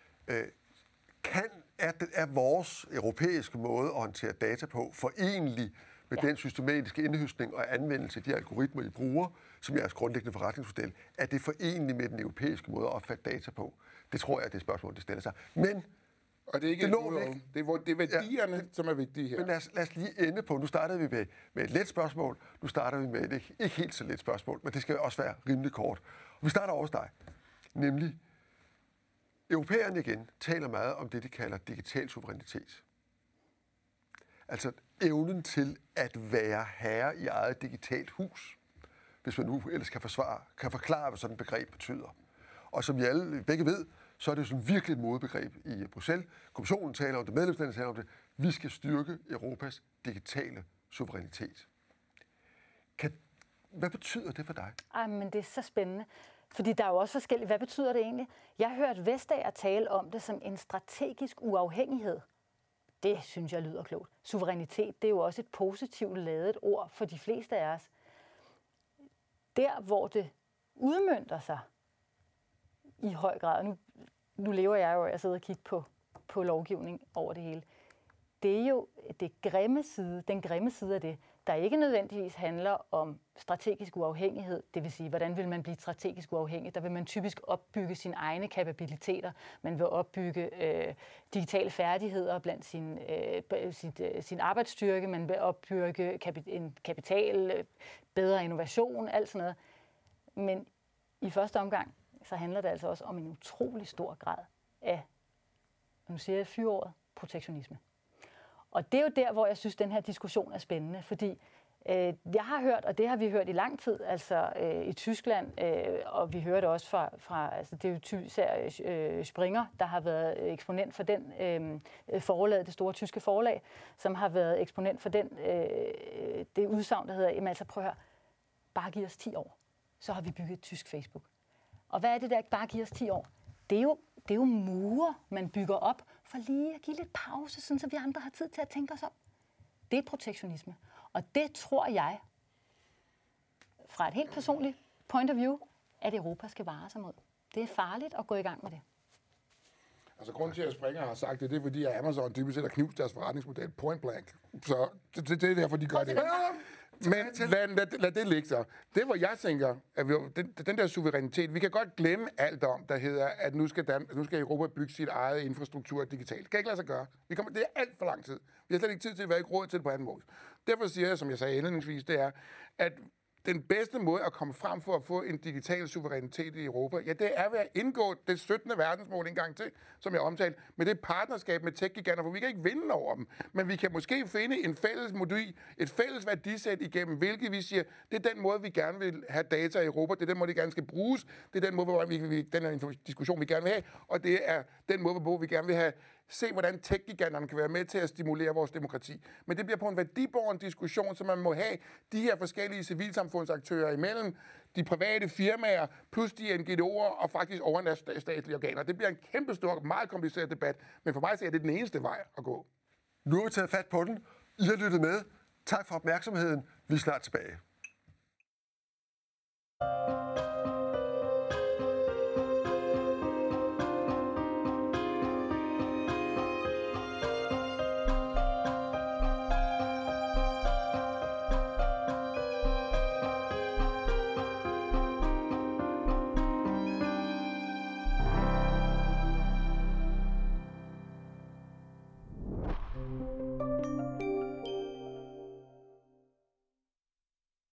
Er vores europæiske måde at håndtere data på forenlig med den systematiske indhøstning og anvendelse af de algoritmer, I bruger, som jeres grundlæggende forretningsmodel, er det forenligt med den europæiske måde at opfatte data på? Det tror jeg, er det spørgsmål, det stiller sig. Men og det er ikke det er værdierne, som er vigtige her. Men lad os lige ende på, nu startede vi med et let spørgsmål, nu starter vi med et ikke helt så let spørgsmål, men det skal også være rimelig kort. Og vi starter over hos dig, nemlig europæerne igen taler meget om det, de kalder digital suverænitet. Altså evnen til at være herre i eget digitalt hus, hvis man nu ellers kan forklare, hvad sådan et begreb betyder. Og som I alle begge ved, så er det jo sådan virkelig et modebegreb i Bruxelles. Kommissionen taler om det, medlemslandene taler om det. Vi skal styrke Europas digitale suverænitet. Hvad betyder det for dig? Men det er så spændende. Fordi der er jo også forskelligt. Hvad betyder det egentlig? Jeg hørte Vestager tale om det som en strategisk uafhængighed. Det synes jeg lyder klogt. Suverænitet, det er jo også et positivt ladet ord for de fleste af os. Der, hvor det udmønter sig i høj grad, og nu lever jeg jo, jeg sidder og kigger på lovgivning over det hele. Det er jo den grimme side af det, der ikke nødvendigvis handler om strategisk uafhængighed. Det vil sige, hvordan vil man blive strategisk uafhængig? Der vil man typisk opbygge sine egne kapabiliteter. Man vil opbygge digitale færdigheder blandt sin arbejdsstyrke. Man vil opbygge en kapital, bedre innovation, alt sådan noget. Men i første omgang, så handler det altså også om en utrolig stor grad af, nu siger jeg fyreordet, protektionisme. Og det er jo der, hvor jeg synes, den her diskussion er spændende, fordi jeg har hørt, og det har vi hørt i lang tid, altså i Tyskland, og vi hører det også fra altså det er jo især Springer, der har været eksponent for den forlag, det store tyske forlag, som har været eksponent for det udsagn, der hedder, jamen altså prøv at høre, bare giv os 10 år, så har vi bygget et tysk Facebook. Og hvad er det der, bare giv os 10 år? Det er jo mure, man bygger op for lige at give lidt pause, sådan så vi andre har tid til at tænke os om. Det er protektionisme. Og det tror jeg, fra et helt personligt point of view, at Europa skal vare sig mod. Det er farligt at gå i gang med det. Altså grunden til, at Springer har sagt det, det er fordi, at Amazon dybest set har knust deres forretningsmodel point blank. Så det er derfor, de gør det. Men lad det ligge så. Det, hvor jeg tænker, at den der suverænitet, vi kan godt glemme alt om, der hedder, at nu skal Europa bygge sit eget infrastruktur digitalt. Det kan ikke lade sig gøre. Det er alt for lang tid. Vi har slet ikke tid til at være ikke råd til det på anden måde. Derfor siger jeg, som jeg sagde indledningsvis, det er, at den bedste måde at komme frem for at få en digital suverænitet i Europa, ja, det er ved at indgå det 17. verdensmål en gang til, som jeg omtalte, med det partnerskab med tech-giganter, for vi kan ikke vinde over dem, men vi kan måske finde en fælles modul, et fælles værdisæt igennem, hvilket vi siger, det er den måde, vi gerne vil have data i Europa, det er den måde, det gerne skal bruges, det er den måde, hvor den her diskussion, vi gerne vil have, og det er den måde, hvor vi gerne vil have se, hvordan tech-giganterne kan være med til at stimulere vores demokrati. Men det bliver på en værdibåren diskussion, som man må have de her forskellige civilsamfundsaktører imellem, de private firmaer, plus de NGO'er og faktisk overnationalstatlige organer. Det bliver en kæmpestor, meget kompliceret debat, men for mig så er det den eneste vej at gå. Nu har vi taget fat på den. I har lyttet med. Tak for opmærksomheden. Vi er snart tilbage.